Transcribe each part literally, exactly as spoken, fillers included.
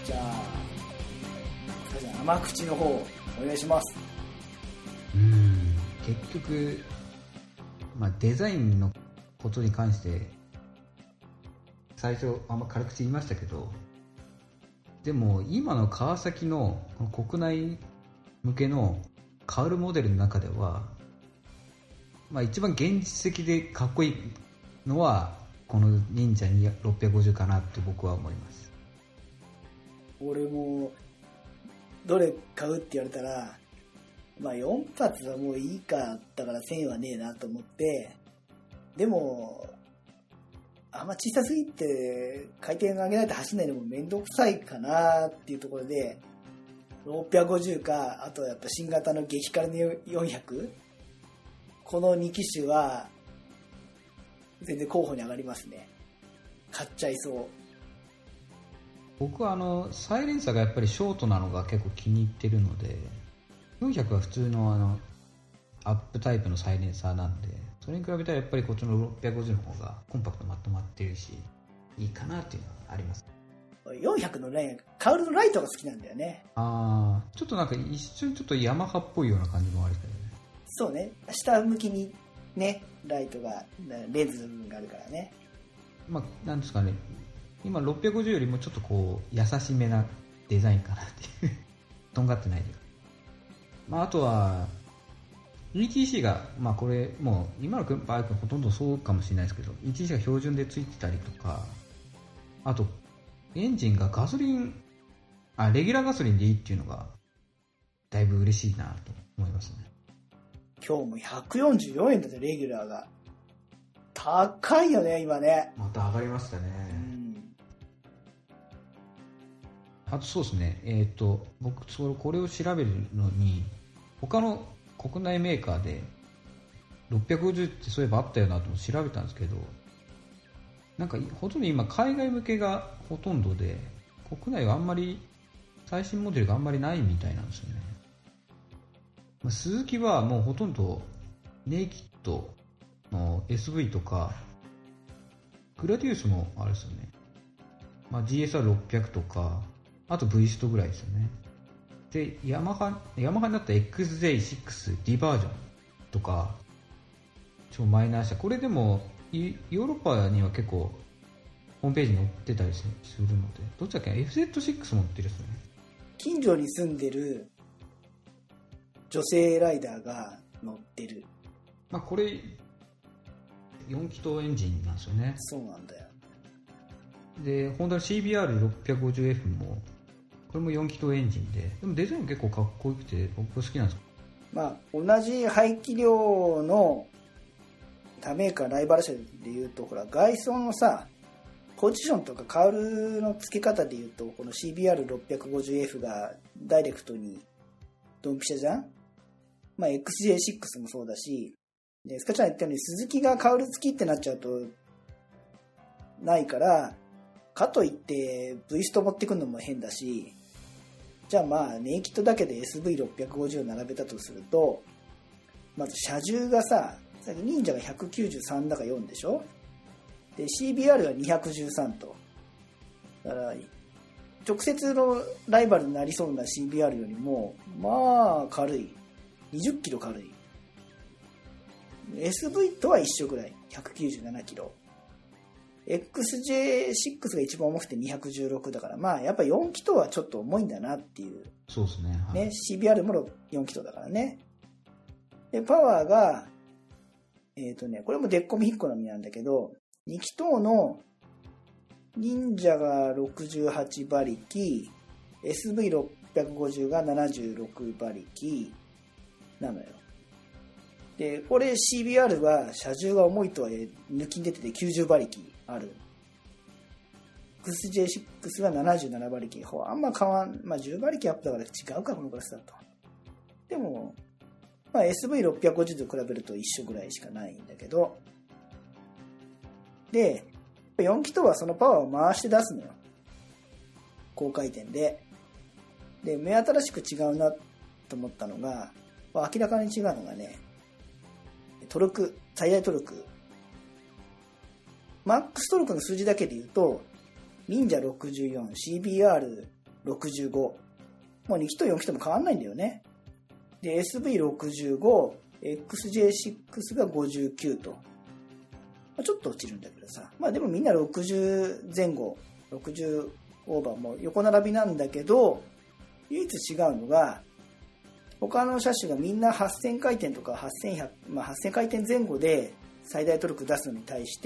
じゃあじゃあ甘口の方お願いします。 うーん結局、まあ、デザインのことに関して最初あんま軽口言いましたけど、でも今の川崎の国内向けのカウルモデルの中では、まあ、一番現実的でかっこいいのはこの忍者ろっぴゃくごじゅうかなって僕は思います。 俺もどれ買うって言われたら、まあよん発はもういいか、だからせんはねえなと思って、でもあんま小さすぎて回転が上げないと走んないのもめんどくさいかなっていうところで、ろっぴゃくごじゅうか、あとやっぱ新型の激辛のよんひゃく、このに機種は全然候補に上がりますね。買っちゃいそう。 僕はあのサイレンサーがやっぱりショートなのが結構気に入ってるので、よんひゃくは普通のあのアップタイプのサイレンサーなんで、それに比べたらやっぱりこっちのろっぴゃくごじゅうの方がコンパクトまとまってるしいいかなっていうのはあります。 よんひゃくのね、カウルのライトが好きなんだよね。 ああ、ちょっとなんか一瞬ちょっとヤマハっぽいような感じもあるけどね。 そうね、下向きにねライトがレンズがあるからね。 まあなんですかね、今ろっぴゃくごじゅうよりもちょっとこう優しめなデザインかなっていうとんがってないで、まあ、あとは イーティーシー が、まあこれもう今のバイクほとんどそうかもしれないですけど、 イーティーシー が標準でついてたりとか、あとエンジンがガソリンあレギュラーガソリンでいいっていうのがだいぶ嬉しいなと思いますね。 今日もひゃくよんじゅうよんえんだって、レギュラーが高いよね今ね。 また上がりましたね。あとそうですね、えっと僕それこれを調べるのに他の国内メーカーでろっぴゃくごじゅうってそういえばあったよなと調べたんですけど、なんかほとんど今海外向けがほとんどで、国内はあんまり最新モデルがあんまりないみたいなんですよね。まあ、スズキはもうほとんどネイキッドの エスブイ とかグラディウスもあれですよね、まあ、ジーエスアールろっぴゃく とかあと V ストぐらいですよね。でヤマハヤマハになった エックスジェイシックス ディバージョンとか超マイナー車、これでもヨーロッパには結構ホームページに載ってたりするので、どっちだっけ エフゼットシックス 持ってるですよね。 近所に住んでる女性ライダーが乗ってる、 まあこれよん気筒エンジンなんですよね。 そうなんだよ。 でホンダの シービーアールろっぴゃくごじゅうエフ もこれもよん気筒エンジンで、でもデザイン結構かっこよくて僕好きなんです。 まあ同じ排気量の他メーカーライバル車でいうと、ほら外装のさポジションとかカウルの付け方でいうと、この シービーアールろっぴゃくごじゅうエフ がダイレクトにドンピシャじゃん。まあ エックスジェイシックス もそうだし、でスカちゃん言ったように鈴木がカウル付きってなっちゃうとないから、かといって V スト持ってくるのも変だし、じゃあまあネイキッドだけで エスブイろっぴゃくごじゅう 並べたとすると、まず車重がさ、さっき忍者がひゃくきゅうじゅうさんだかよんでしょ。で シービーアール がにひゃくじゅうさんと、だから直接のライバルになりそうな シービーアール よりもまあ軽い、にじゅっキロ軽い。 エスブイ とは一緒ぐらい、ひゃくきゅうじゅうななキロ。 エックスジェイシックス が一番重くてにひゃくじゅうろくだから、まあやっぱよん気筒はちょっと重いんだなっていう。 そうですね、はい、 ね シービーアール もよん気筒だからね。でパワーがえっとねこれもでっこみ引っこのみなんだけど、に気筒の忍者がろくじゅうはち馬力、 エスブイろっぴゃくごじゅう がななじゅうろく馬力なのよ。でこれ シービーアール は車重が重いとは抜きに出ててきゅうじゅう馬力ある。 エックスジェイシックス はななじゅうなな馬力、あんま変わん、まあじゅう馬力アップだから違うかこのクラスだと。でも、まあ、エスブイろっぴゃくごじゅう と比べると一緒ぐらいしかないんだけど、でよん気筒はそのパワーを回して出すのよ、高回転で。で目新しく違うなと思ったのが、明らかに違うのがね、トルク、最大トルク。マックストルクの数字だけで言うと、忍者ろくじゅうよん、シービーアールろくじゅうご。もうにきとよんきとも変わんないんだよね。で、エスブイろくじゅうご、エックスジェーシックス がごじゅうきゅうと。ちょっと落ちるんだけどさ。まあでもみんなろくじゅうぜん後、ろくじゅうオーバーも横並びなんだけど、唯一違うのが、他の車種がみんなはっせん回転とかはっせんひゃく、まあ、はっせん回転前後で最大トルク出すのに対して、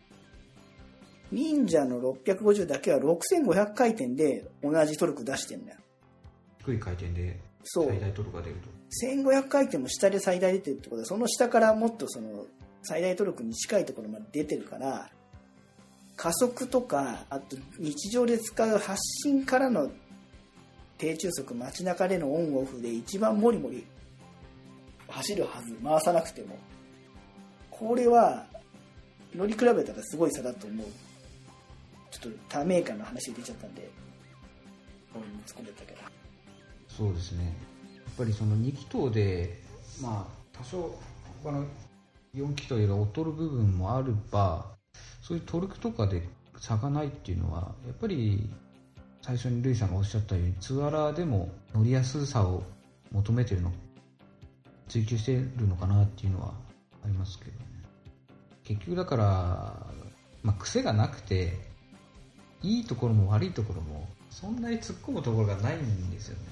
忍者のろっぴゃくごじゅうだけはろくせんごひゃく回転で同じトルク出してるんだよ。 低い回転で最大トルクが出ると。 せんごひゃく回転も下で最大出てるってことは、その下からもっとその最大トルクに近いところまで出てるから、加速とか、あと日常で使う発進からの低中速、街中でのオンオフで一番モリモリ走るはず、回さなくても。これは乗り比べたらすごい差だと思う。ちょっと他メーカーの話出ちゃったんで俺に突っ込んでたけど。 そうですね、やっぱりそのに気筒でまあ多少他のよん気筒が劣る部分もあれば、そういうトルクとかで差がないっていうのはやっぱり最初にルイさんがおっしゃったようにツアラーでも乗りやすさを求めてるの追求してるのかなっていうのはありますけどね。結局だから、まあ、癖がなくていいところも悪いところもそんなに突っ込むところがないんですよね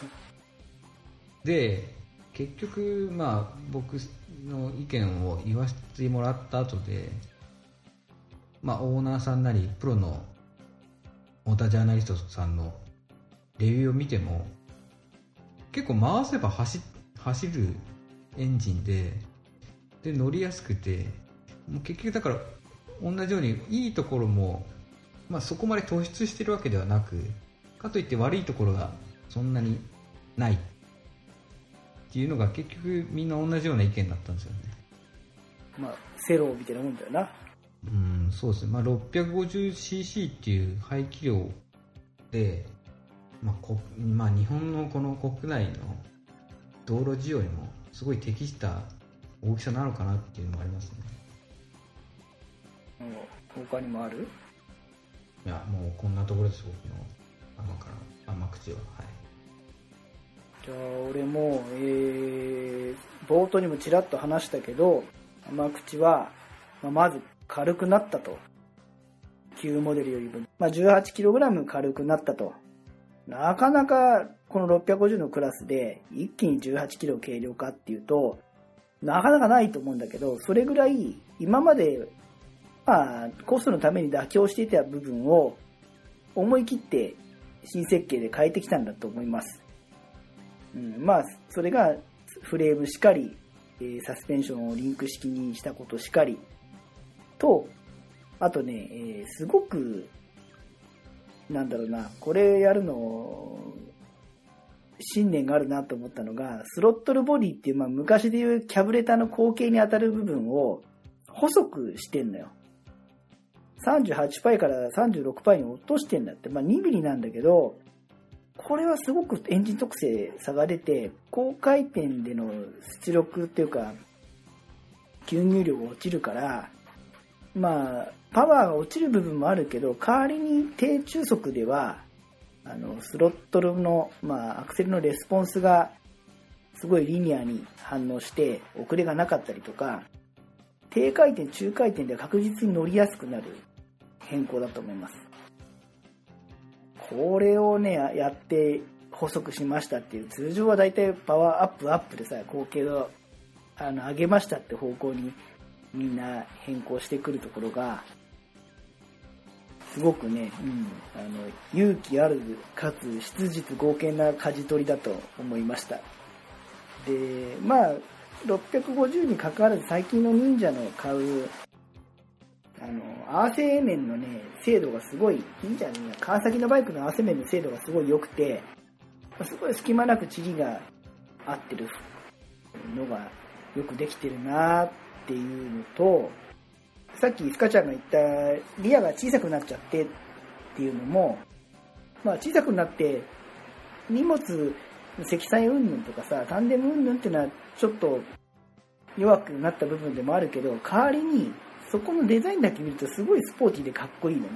で結局まあ僕の意見を言わせてもらった後で、まあ、オーナーさんなりプロのモータージャーナリストさんのレビューを見ても結構回せば 走, 走るエンジンでで乗りやすくて、もう結局だから同じようにいいところも、まあ、そこまで突出してるわけではなく、かといって悪いところがそんなにないっていうのが結局みんな同じような意見だったんですよね。まあセロみたいなもんだよな。 うん、そうですね。まあ ろっぴゃくごじゅうシーシー っていう排気量で、まあこまあ、日本のこの国内の道路需要にもすごい適した大きさなのかなっていうのもありますね。 うん、他にもある？ いや、もうこんなところです、僕の甘から甘口は。はい。 じゃあ俺も、えー、冒頭にもちらっと話したけど、甘口は、まあ、まず軽くなったと。旧モデルよりも、まあ、じゅうはちキログラム 軽くなったと。なかなかこのろっぴゃくごじゅうのクラスで一気にじゅうはちキロ軽量化っていうとなかなかないと思うんだけど、それぐらい今までまあコストのために妥協していた部分を思い切って新設計で変えてきたんだと思います。うん、まあそれがフレームしかり、えー、サスペンションをリンク式にしたことしかりと、あとね、えー、すごくなんだろうな、これやるの信念があるなと思ったのが、スロットルボディっていう、まあ、昔でいうキャブレターの後傾に当たる部分を細くしてんのよ。さんじゅうはちパイから さんじゅうろくパイに落としてんだって、まあ、にミリなんだけど、これはすごくエンジン特性差が出て、高回転での出力っていうか吸入量が落ちるから、まあパワーが落ちる部分もあるけど、代わりに低中速ではあのスロットルの、まあ、アクセルのレスポンスがすごいリニアに反応して遅れがなかったりとか、低回転中回転では確実に乗りやすくなる変更だと思います。これをねやって細くしましたっていう、通常はだいたいパワーアップアップでさ、後傾をあの上げましたって方向にみんな変更してくるところがすごくね、うん、あの勇気あるかつ質実剛健な舵取りだと思いました。で、まあろっぴゃくごじゅうに関わらず最近の忍者の買うあの合わせ面のね精度がすごい、忍者の川崎のバイクの合わせ面の精度がすごい良くて、すごい隙間なくチリが合ってるのがよくできてるなっていうのと、さっきスカちゃんが言ったリアが小さくなっちゃってっていうのも、まあ小さくなって荷物積載云々とかさ、タンデム云々っていうのはちょっと弱くなった部分でもあるけど、代わりにそこのデザインだけ見るとすごいスポーティーでかっこいいのね。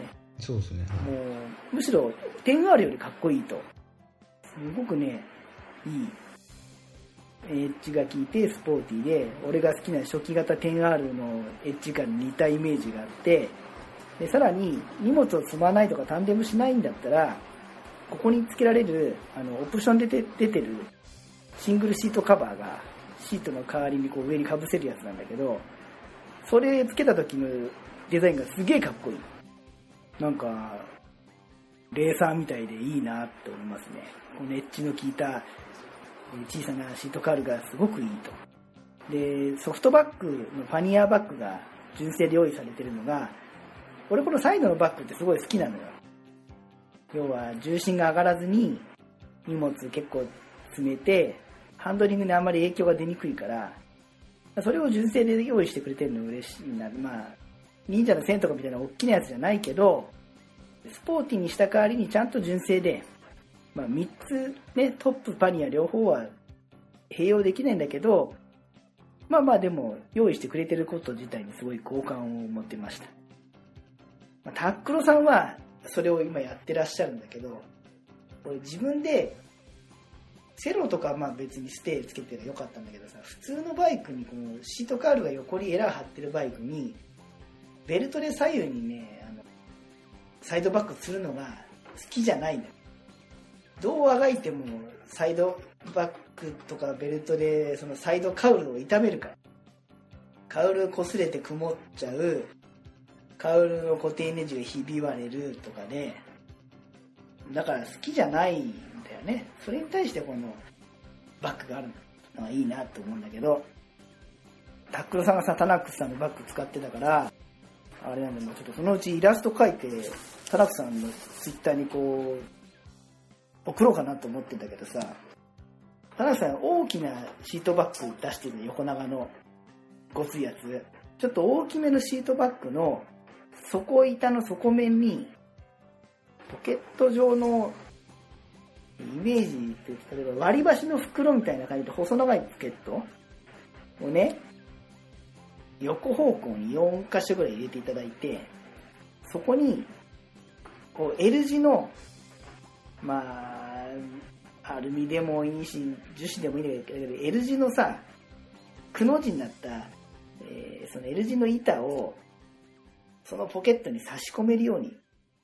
そうですね、はい、 もうむしろ テンアール よりかっこいいと、すごくねいいエッジが効いてスポーティーで、俺が好きな初期型 テンアール のエッジ感に似たイメージがあって、でさらに荷物を積まないとかタンデムしないんだったら、ここに付けられるあのオプションで出てるシングルシートカバーがシートの代わりにこう上にかぶせるやつなんだけど、それ付けた時のデザインがすげえかっこいい。なんかレーサーみたいでいいなって思いますね。このエッジの効いた小さなシートカールがすごくいいと。でソフトバッグのパニアバッグが純正で用意されてるのが、俺このサイドのバッグってすごい好きなのよ。要は重心が上がらずに荷物結構詰めてハンドリングにあんまり影響が出にくいから、それを純正で用意してくれてるの嬉しいな。まあ忍者の線とかみたいな大きなやつじゃないけど、スポーティーにした代わりにちゃんと純正で、まあ、みっつね、トップパニア両方は併用できないんだけど、まあまあでも用意してくれてること自体にすごい好感を持ってました。まあ、タックロさんはそれを今やってらっしゃるんだけど、俺自分でセロとかまあ別にステーつけてればよかったんだけどさ、普通のバイクにこのシートカールが横にエラー張ってるバイクにベルトで左右にね、あのサイドバックするのが好きじゃないんだよ。どうあがいてもサイドバックとかベルトでそのサイドカウルを傷めるから、カウル擦れて曇っちゃう、カウルの固定ネジがひび割れるとかで、だから好きじゃないんだよね。それに対してこのバッグがあるのはいいなと思うんだけど、タックルさんがさタナックスさんのバッグ使ってたから、あれなんで、もうちょっとそのうちイラスト描いてタナックスさんのツイッターにこう送ろうかなと思ってんだけどさ、タナックスさん大きなシートバッグ出してるの、横長のごついやつ。ちょっと大きめのシートバッグの底板の底面にポケット状のイメージって、例えば割り箸の袋みたいな感じで細長いポケットをね、横方向によんかしょぐらい入れていただいて、そこにこう L 字の、まあアルミでもいいし樹脂でもいいんだけど L 字のさ、くの字になった、えー、その L 字の板をそのポケットに差し込めるように、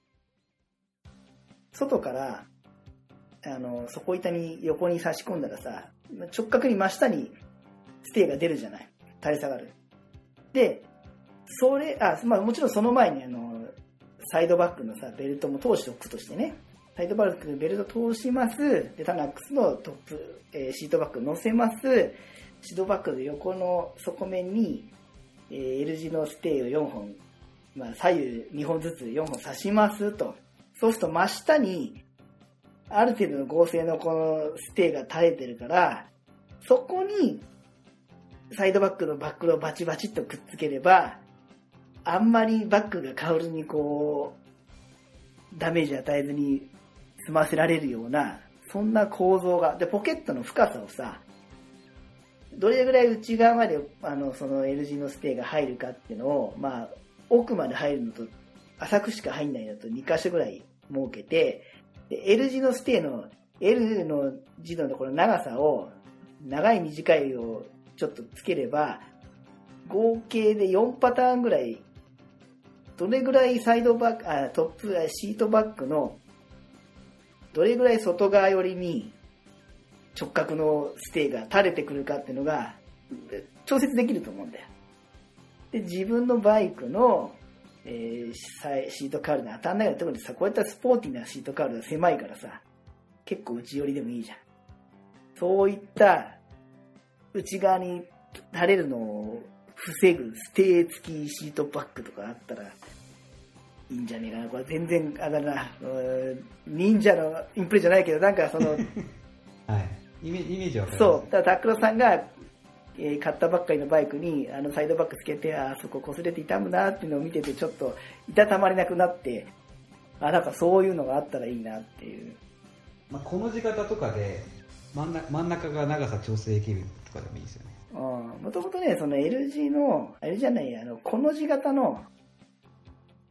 外からあの底板に横に差し込んだらさ、直角に真下にステーが出るじゃない、垂れ下がる。でそれあ、まあ、もちろんその前にあのサイドバックのさベルトも通しておくとしてね、サイドバックのベルト通します。でタナックスのトップ、えー、シートバック乗せます。シートバックの横の底面に、えー、L 字のステーをよんほん、まあ、左右にほんずつよんほん刺しますと。そうすると真下にある程度の合成のこのステーが垂れてるから、そこにサイドバックのバックルをバチバチっとくっつければ、あんまりバックがカウルにこうダメージ与えずに済ませられるような、そんな構造が。でポケットの深さをさ、どれぐらい内側まであのその L 字のステーが入るかっていうのを、まあ奥まで入るのと浅くしか入んないのとにかしょぐらい設けて、で L 字のステーの L の字のこの長さを長い短いをちょっとつければ、合計でよんパターンぐらい、どれぐらいサイドバック、あ、トップ、シートバックのどれぐらい外側寄りに直角のステーが垂れてくるかっていうのが調節できると思うんだよ。で自分のバイクの、えー、シートカールに当たんないようなところでさ、こういったスポーティーなシートカールが狭いからさ、結構内寄りでもいいじゃん。そういった内側に垂れるのを防ぐステー付きシートバッグとかあったらいいんじゃねえかな。これ全然あだな、忍者のインプレじゃないけど、なんかそのはいイメージは分かります。 そうだからタックロさんが、えー、買ったばっかりのバイクにあのサイドバックつけて、あそこ擦れて痛むなっていうのを見てて、ちょっといたたまれなくなって、あなんかそういうのがあったらいいなっていう。 まあ、この字型とかで真ん中、真ん中が長さ調整できるとかでもいいですよね。 もともとね、その L 字の、L じゃない、あの、この字型の、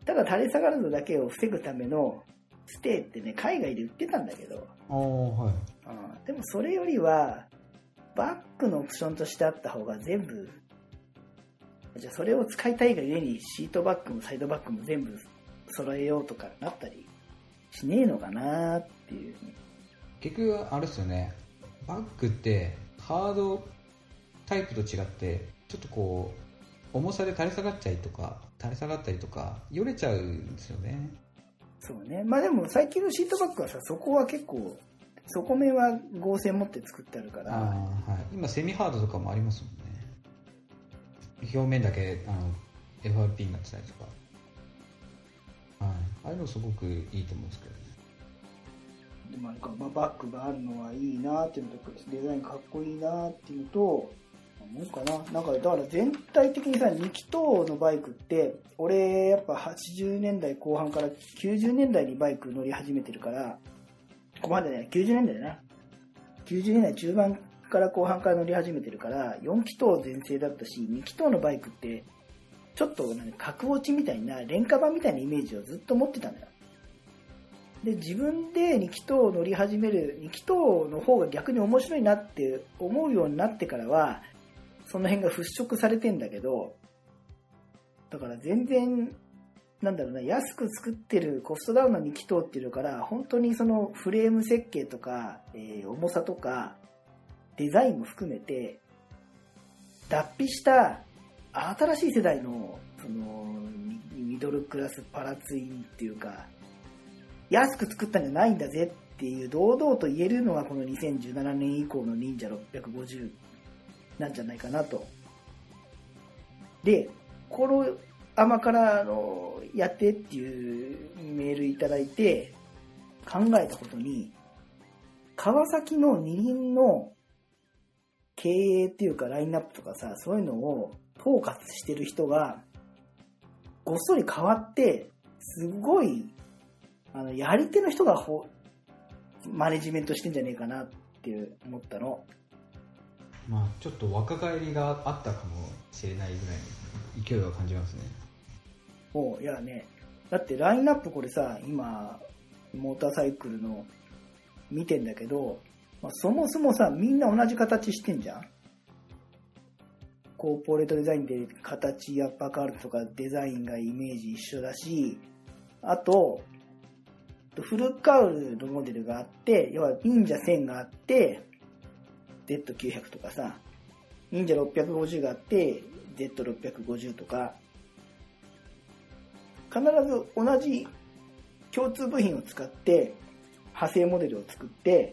ただ垂れ下がるのだけを防ぐためのステーってね、海外で売ってたんだけど、 ああ、はい。 うん、でもそれよりはバックのオプションとしてあった方が全部、じゃあそれを使いたいがゆえにシートバックもサイドバックも全部揃えようとかなったりしねえのかなっていう。 結局あれですよね、バックってハードタイプと違ってちょっとこう重さで垂れ下がっちゃいとか垂れ下がったりとかよれちゃうんですよね。 そうね。まあでも最近のシートバックはさ、そこは結構底面は合成持って作ってあるから。 あ、はい、今セミハードとかもありますもんね。表面だけあの エフアールピー になってたりとか、はい、ああいうのすごくいいと思うんですけどね。 でもなんかまあバックがあるのはいいなっていうのと、デザインかっこいいなっていうのと、思うかな。なんかだから全体的にさ、に気筒のバイクって俺やっぱはちじゅうねんだいこう半からきゅうじゅうねんだいにバイク乗り始めてるから、ここまでね、きゅうじゅうねんだいだな、きゅうじゅうねんだい中盤から後半から乗り始めてるから、よん気筒全盛だったし、に気筒のバイクってちょっと格落ちみたいな廉価版みたいなイメージをずっと持ってたんだよ。で、自分でに気筒を乗り始める、に気筒の方が逆に面白いなって思うようになってからはその辺が払拭されてんだけど、だから全然なんだろうな、安く作ってるコストダウンのに気筒っていうから、本当にそのフレーム設計とか、えー、重さとかデザインも含めて脱皮した新しい世代のそのミドルクラスパラツインっていうか、安く作ったんじゃないんだぜっていう堂々と言えるのがこのにせんじゅうななねん以降の忍者ろっぴゃくごじゅうなんじゃないかなと。で、このアマからあのやってっていうメールいただいて考えたことに、川崎の二輪の経営っていうかラインナップとかさ、そういうのを統括してる人がごっそり変わって、すごいあのやり手の人がほマネジメントしてんじゃねえかなって思ったの。 まあちょっと若返りがあったかもしれないぐらいの勢いを感じますね。 おう、いやね、だってラインナップこれさ、今モーターサイクルの見てんだけど、まあ、そもそもさ、みんな同じ形してんじゃん。コーポレートデザインで形やっぱ変わるとかデザインがイメージ一緒だし、あとフルカウルのモデルがあって、要は忍者せんがあって ゼットきゅうひゃく とかさ、忍者ろっぴゃくごじゅうがあって ゼットろっぴゃくごじゅう とか、必ず同じ共通部品を使って派生モデルを作って、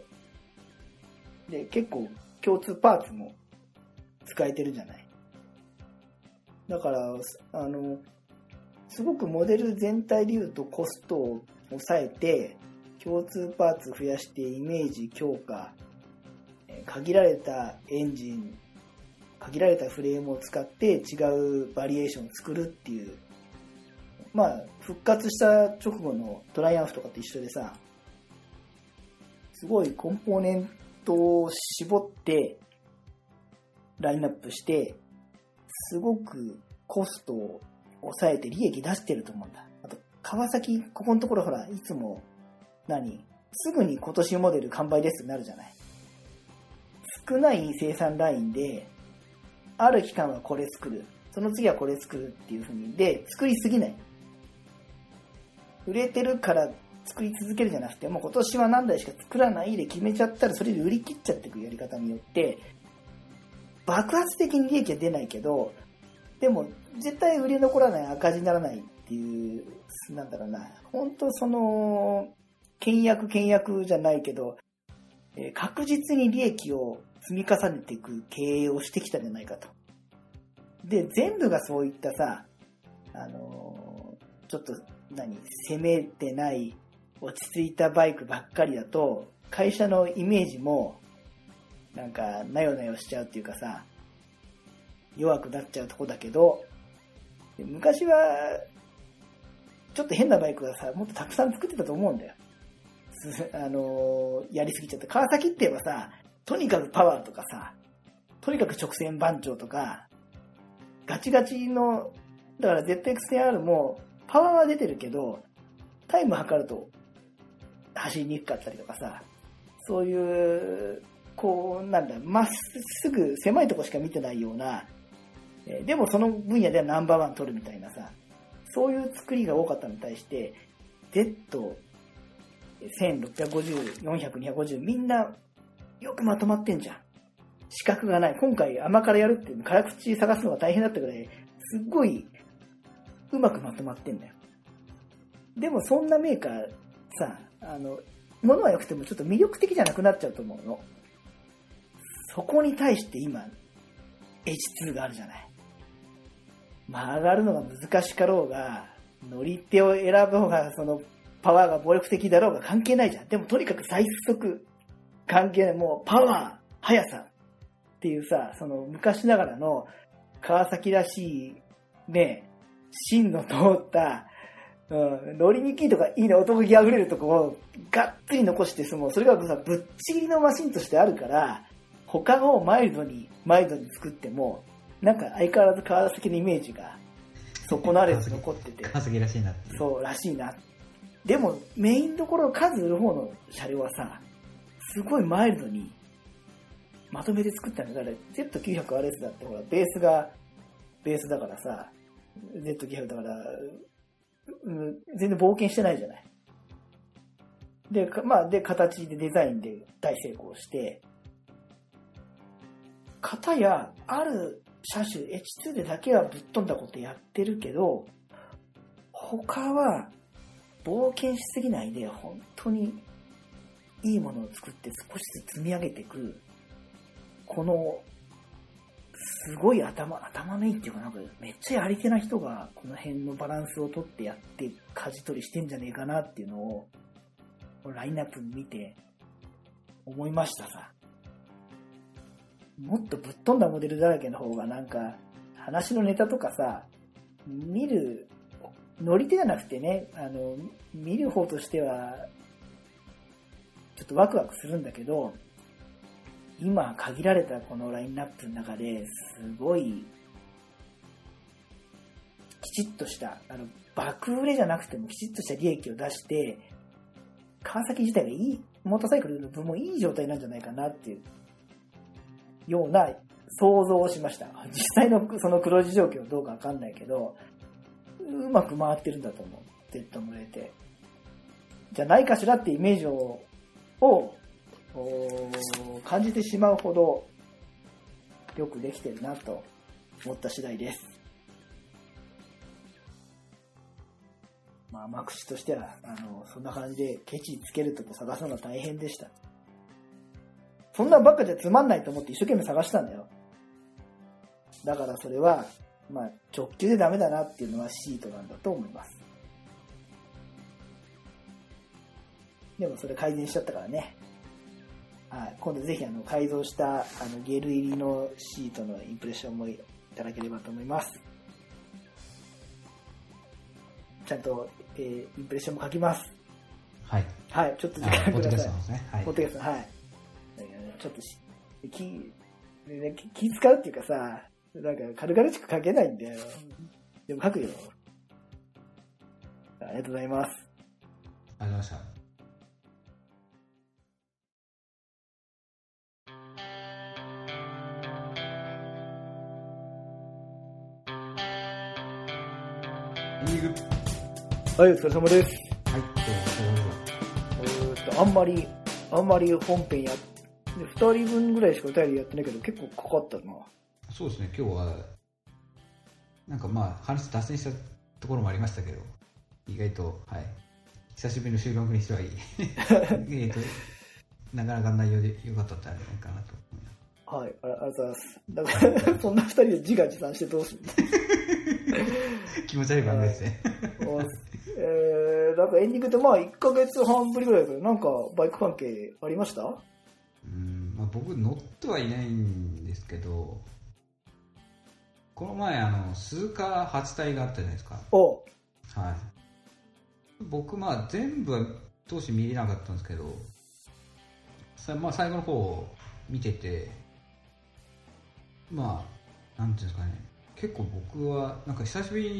で結構共通パーツも使えてるじゃない。だからあのすごくモデル全体でいうとコストを抑えて共通パーツ増やしてイメージ強化、限られたエンジン、限られたフレームを使って違うバリエーションを作るっていう、まあ復活した直後のトライアンフとかと一緒でさ、すごいコンポーネントを絞ってラインナップして、すごくコストを抑えて利益出してると思うんだ。あと川崎、ここのところほら、いつも何すぐに今年モデル完売ですってなるじゃない。少ない生産ラインである期間はこれ作る、その次はこれ作るっていう風にで作りすぎない。売れてるから作り続けるじゃなくて、もう今年は何台しか作らないで決めちゃったらそれで売り切っちゃっていくやり方によって爆発的に利益は出ないけど、でも絶対売れ残らない、赤字にならないっていう、なんだろうな、本当その倹約倹約じゃないけど、えー、確実に利益を積み重ねていく経営をしてきたんじゃないかと。で全部がそういったさ、あのー、ちょっと何攻めてない落ち着いたバイクばっかりだと会社のイメージもなんかなよなよしちゃうっていうかさ、弱くなっちゃうとこだけど、昔はちょっと変なバイクがさもっとたくさん作ってたと思うんだよ。あのー、やりすぎちゃった。川崎って言えばさ、とにかくパワーとかさ、とにかく直線番長とかガチガチの、だから ゼットエックステンアール もパワーは出てるけど、タイム測ると走りにくかったりとかさ、そういう、こう、なんだ、まっすぐ狭いとこしか見てないような、えー、でもその分野ではナンバーワン取るみたいなさ、そういう作りが多かったのに対して、Z、せんろっぴゃくごじゅう、よんひゃく、にひゃくごじゅう、みんなよくまとまってんじゃん。資格がない。今回甘辛やるって辛口探すのが大変だったぐらい、すっごいうまくまとまってんだよ。でもそんなメーカーさ、あの、物は良くてもちょっと魅力的じゃなくなっちゃうと思うの。そこに対して今、エイチツー があるじゃない。まあ上がるのが難しかろうが、乗り手を選ぶ方がそのパワーが暴力的だろうが関係ないじゃん。でもとにかく最速関係ない。もうパワー、速さっていうさ、その昔ながらの川崎らしいね、芯の通った、うん、乗りにくいとかいいね、男気あふれるとこをがっつり残して、そのそれがさ、ぶっちぎりのマシンとしてあるから、他をマイルドに、マイルドに作っても、なんか相変わらず川崎のイメージが、損なわれず残ってて。 川崎らしいなって。 そう、らしいな。でも、メインどころ数売る方の車両はさ、すごいマイルドに、まとめて作ったんだから、ゼットきゅうひゃくアールエス だってほら、ベースが、ベースだからさ、ゼットきゅうひゃく だから、うん、全然冒険してないじゃない。で、まあ、で、形でデザインで大成功して、片や、ある車種、エイチツー でだけはぶっ飛んだことやってるけど、他は、冒険しすぎないで、本当にいいものを作って少しずつ積み上げていく、この、すごい頭、頭のいいっていうかなんかめっちゃやり手な人がこの辺のバランスを取ってやって舵取りしてんじゃねえかなっていうのをラインナップ見て思いましたさ。もっとぶっ飛んだモデルだらけの方がなんか話のネタとかさ、見る乗り手じゃなくてね、あの見る方としてはちょっとワクワクするんだけど、今限られたこのラインナップの中ですごいきちっとしたあの爆売れじゃなくてもきちっとした利益を出して川崎自体がいいモーターサイクルの部門いい状態なんじゃないかなっていうような想像をしました。実際のその黒字状況どうかわかんないけどうまく回ってるんだと思う。Z も売れてじゃないかしらってイメージをを感じてしまうほどよくできてるなと思った次第です。まあ甘口としてはあのそんな感じでケチつけるとこ探すのが大変でした。そんなばっかじゃつまんないと思って一生懸命探したんだよ。だからそれはまあ直球でダメだなっていうのはシートなんだと思います。でもそれ改善しちゃったからね。はい、今度ぜひあの改造したあのゲル入りのシートのインプレッションもいただければと思います。ちゃんと、えー、インプレッションも書きます。 はい。 はい、ちょっと時間ください。 ね、はい。 ポッドキャスト、はい。ちょっとし気、ね、気使うっていうかさ、なんか軽々しく書けないんだよ。でも書くよ。ありがとうございます。 ありがとうございました。 はい、お疲れ様です。 はい、 えーっと、あんまり、あんまり本編や、ふたりぶんぐらいしかお便りやってないけど、結構かかったな。 そうですね、今日は、なんかまあ、話脱線したところもありましたけど、意外と、はい、久しぶりの収録にしてはいい。えっと、なかなか内容で良かったんじゃないかなと思います。 はい、ありがとうございます。だから、そんなふたりで自画自賛してどうする気持ち悪い番組ですね。 えー、なんかエンディングってまあいっかげつはんぶりぐらいだけど、なんかバイク関係ありました？ うん、まあ、僕乗ってはいないんですけど、この前あの鈴鹿初体があったじゃないですか。 おはい。僕まあ全部は当時見れなかったんですけど、さまあ最後の方見てて、まあなんていうんですかね、結構僕はなんか久しぶりに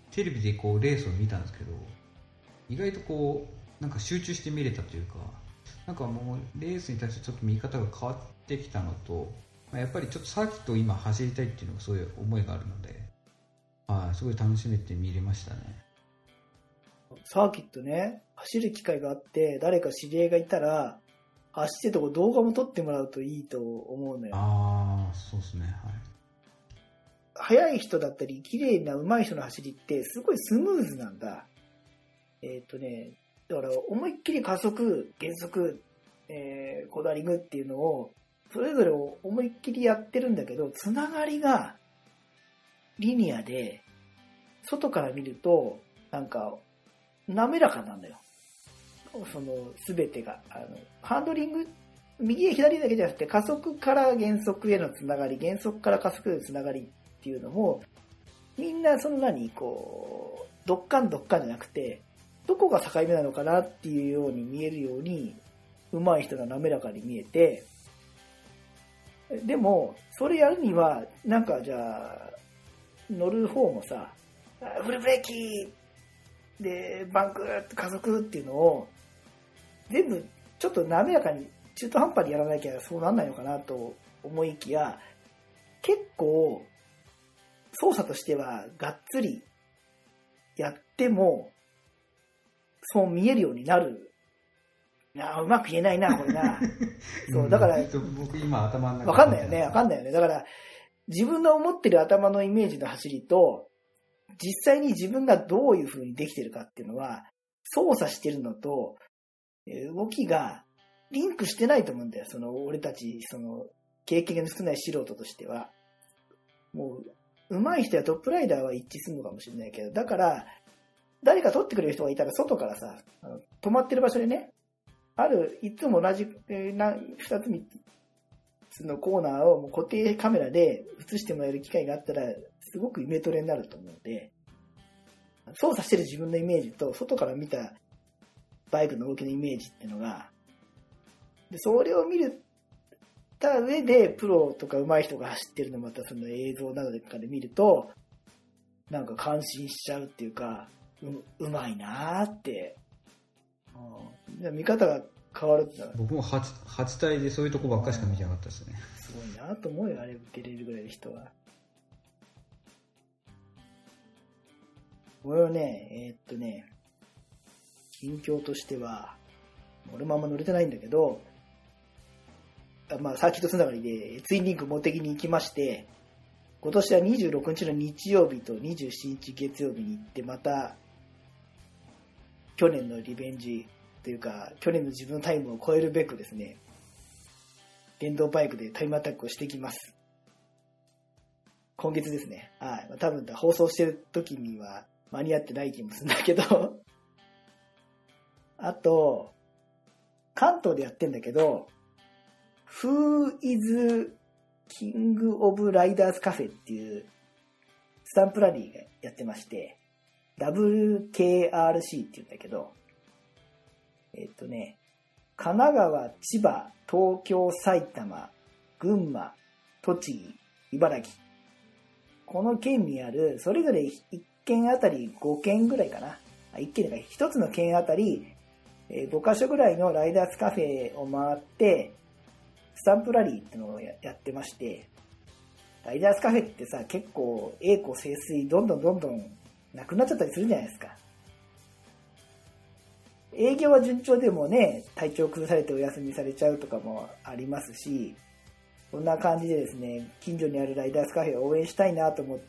テレビでこうレースを見たんですけど、意外とこうなんか集中して見れたというか、なんかもうレースに対してちょっと見方が変わってきたのと、まあ、やっぱりちょっとサーキットを今走りたいっていうのがそういう思いがあるので、はい、すごい楽しめて見れましたね。 サーキットね、走る機会があって誰か知り合いがいたら走ってるとこ動画も撮ってもらうといいと思うのよ。 ああ、そうですね。はい。 速い人だったり綺麗な上手い人の走りってすごいスムーズなんだ。えっとね、だから思いっきり加速、減速、えー、コーダリングっていうのをそれぞれを思いっきりやってるんだけど、つながりがリニアで外から見るとなんか滑らかなんだよ。その全てがあのハンドリング、右へ左だけじゃなくて加速から減速へのつながり、減速から加速へのつながりっていうのもみんなその何こうどっかんどっかんじゃなくて、どこが境目なのかなっていうように見えるように上手い人が滑らかに見えて、でもそれやるにはなんかじゃあ乗る方もさ、フルブレーキでバンク加速っていうのを全部ちょっと滑らかに中途半端にやらなきゃそうなんないのかなと思いきや、結構操作としてはがっつりやってもそう見えるようになる。あ、うまく言えないなこれな。そうだから僕今頭の中わかんないよね、わかんないよね。だから自分の思ってる頭のイメージの走りと実際に自分がどういう風にできてるかっていうのは操作してるのと動きがリンクしてないと思うんだよ。その俺たちその経験が少ない素人としては、もう上手い人やトップライダーは一致するのかもしれないけど、だから誰か撮ってくれる人がいたら外からさ、あの止まってる場所でね、あるいつも同じ、えー、なふたつみっつのコーナーをもう固定カメラで映してもらえる機会があったらすごくイメトレになると思うので、操作してる自分のイメージと外から見たバイクの動きのイメージっていうのが、でそれを見るた上でプロとか上手い人が走ってるのをまたその映像などで見るとなんか感心しちゃうっていうか、 う, うまいなーって、うん、見方が変わるって。 僕も 初, 初体でそういうとこばっかりしか見てなかったですね。 すごいなと思うよ、あれ出れるぐらいの人は。俺はね、えー、っとね近況としては俺もあんま乗れてないんだけど、まあ、サーキットつながりでツインリンク茂木に行きまして、今年はにじゅうろくにちの日曜日とにじゅうしちにち月曜日に行って、また去年のリベンジというか去年の自分のタイムを超えるべくですね、電動バイクでタイムアタックをしていきます。今月ですね。はい、多分放送してる時には間に合ってない気もするんだけどあと関東でやってんだけど、Who is King of Riders Cafe っていうスタンプラリーがやってまして、 ダブリューケーアールシー って言うんだけど、えっとね神奈川、千葉、東京、埼玉、群馬、栃木、茨城、この県にあるそれぞれいっけんあたりごけんぐらいかな、いっけんだからひとつの県あたりごかしょぐらいのライダースカフェを回ってスタンプラリーってのを や, やってまして、ライダースカフェってさ結構栄枯盛衰どんどんどんどんなくなっちゃったりするじゃないですか。営業は順調でもね、体調崩されてお休みされちゃうとかもありますし、そんな感じでですね、近所にあるライダースカフェを応援したいなと思って、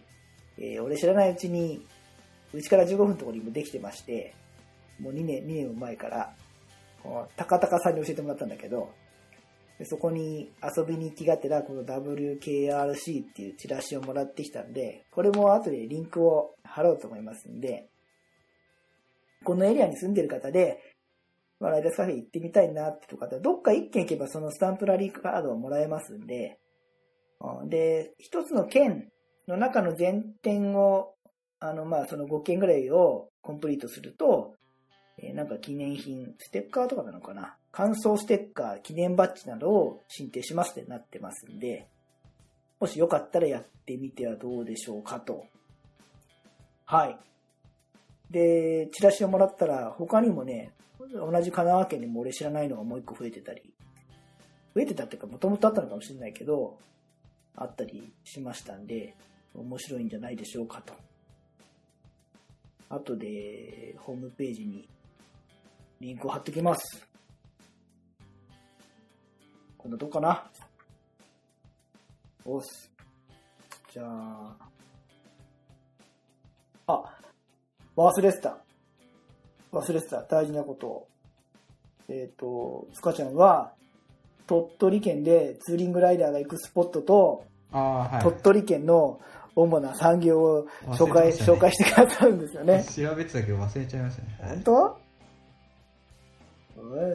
えー、俺知らないうちにうちからじゅうごふんのところにもできてまして、もうにねんにねんも前から高高さんに教えてもらったんだけど、そこに遊びに行きがてらこの ダブリューケーアールシー っていうチラシをもらってきたんで、これも後でリンクを貼ろうと思いますんで、このエリアに住んでる方で、まあ、ライダースカフェ行ってみたいなってとかで、どっか一軒行けばそのスタンプラリーカードをもらえますんで、で、一つの県の中の全店を、あの、まあ、そのごけんぐらいをコンプリートすると、えー、なんか記念品、ステッカーとかなのかな、感想ステッカー、記念バッジなどを申請しますってなってますんで、もしよかったらやってみてはどうでしょうかと。 はい。で、チラシをもらったら、他にもね、同じ神奈川県でも俺知らないのがもう一個増えてたり、増えてたっていうか、もともとあったのかもしれないけど、あったりしましたんで、面白いんじゃないでしょうかと。後で、ホームページにリンクを貼っておきます。こんなとこかな。おっす。じゃあ、あ、忘れてた。忘れてた。大事なことを。えっと、スカちゃんは、鳥取県でツーリングライダーが行くスポットと、 あ、はい、 鳥取県の主な産業を紹介、ね、紹介してくださるんですよね。 調べてたけど忘れちゃいましたね。 本当？はい、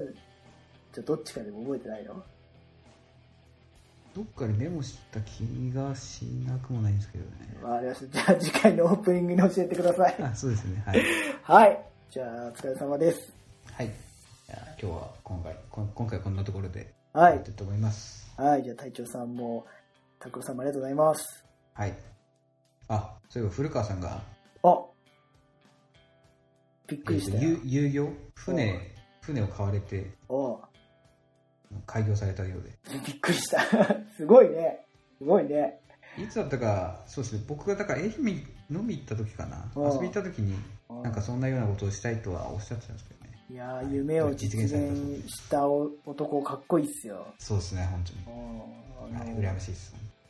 じゃあどっちかでも覚えてないの？ どっかでメモした気がしなくもないんですけどね。 わかりました。じゃあ次回のオープニングに教えてください。 あ、そうですね。はい。 はい。じゃあお疲れ様です。 はい。じゃあ今日は今回、今回こんなところではい。 やっていと思います。 はい。じゃあ隊長さんも、拓郎さんもありがとうございます。 はい。あ、そういえば古川さんが、 あ、びっくりしたよ。 えー、遊漁船、船を買われて、 お開業されたようで。 びっくりした。すごいね。すごいね。 いつだったか、そうですね、僕がだから愛媛飲み行った時かな、遊び行った時に、なんかそんなようなことをしたいとはおっしゃってたんですけどね。 いやー、夢を実現した男かっこいいっすよ。 そうですね、本当に。はい、羨ましいです。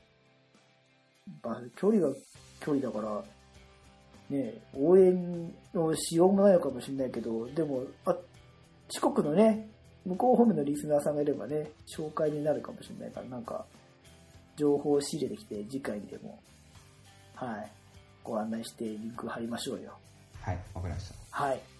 距離が距離だから、ね、応援をしようもないのかもしれないけど、でも、あ、四国のね、向こう方面のリスナーさんがいればね、紹介になるかもしれないから、なんか、情報を仕入れてきて、次回にでも、はい、ご案内してリンク貼りましょうよ。 はい、わかりました。 はい。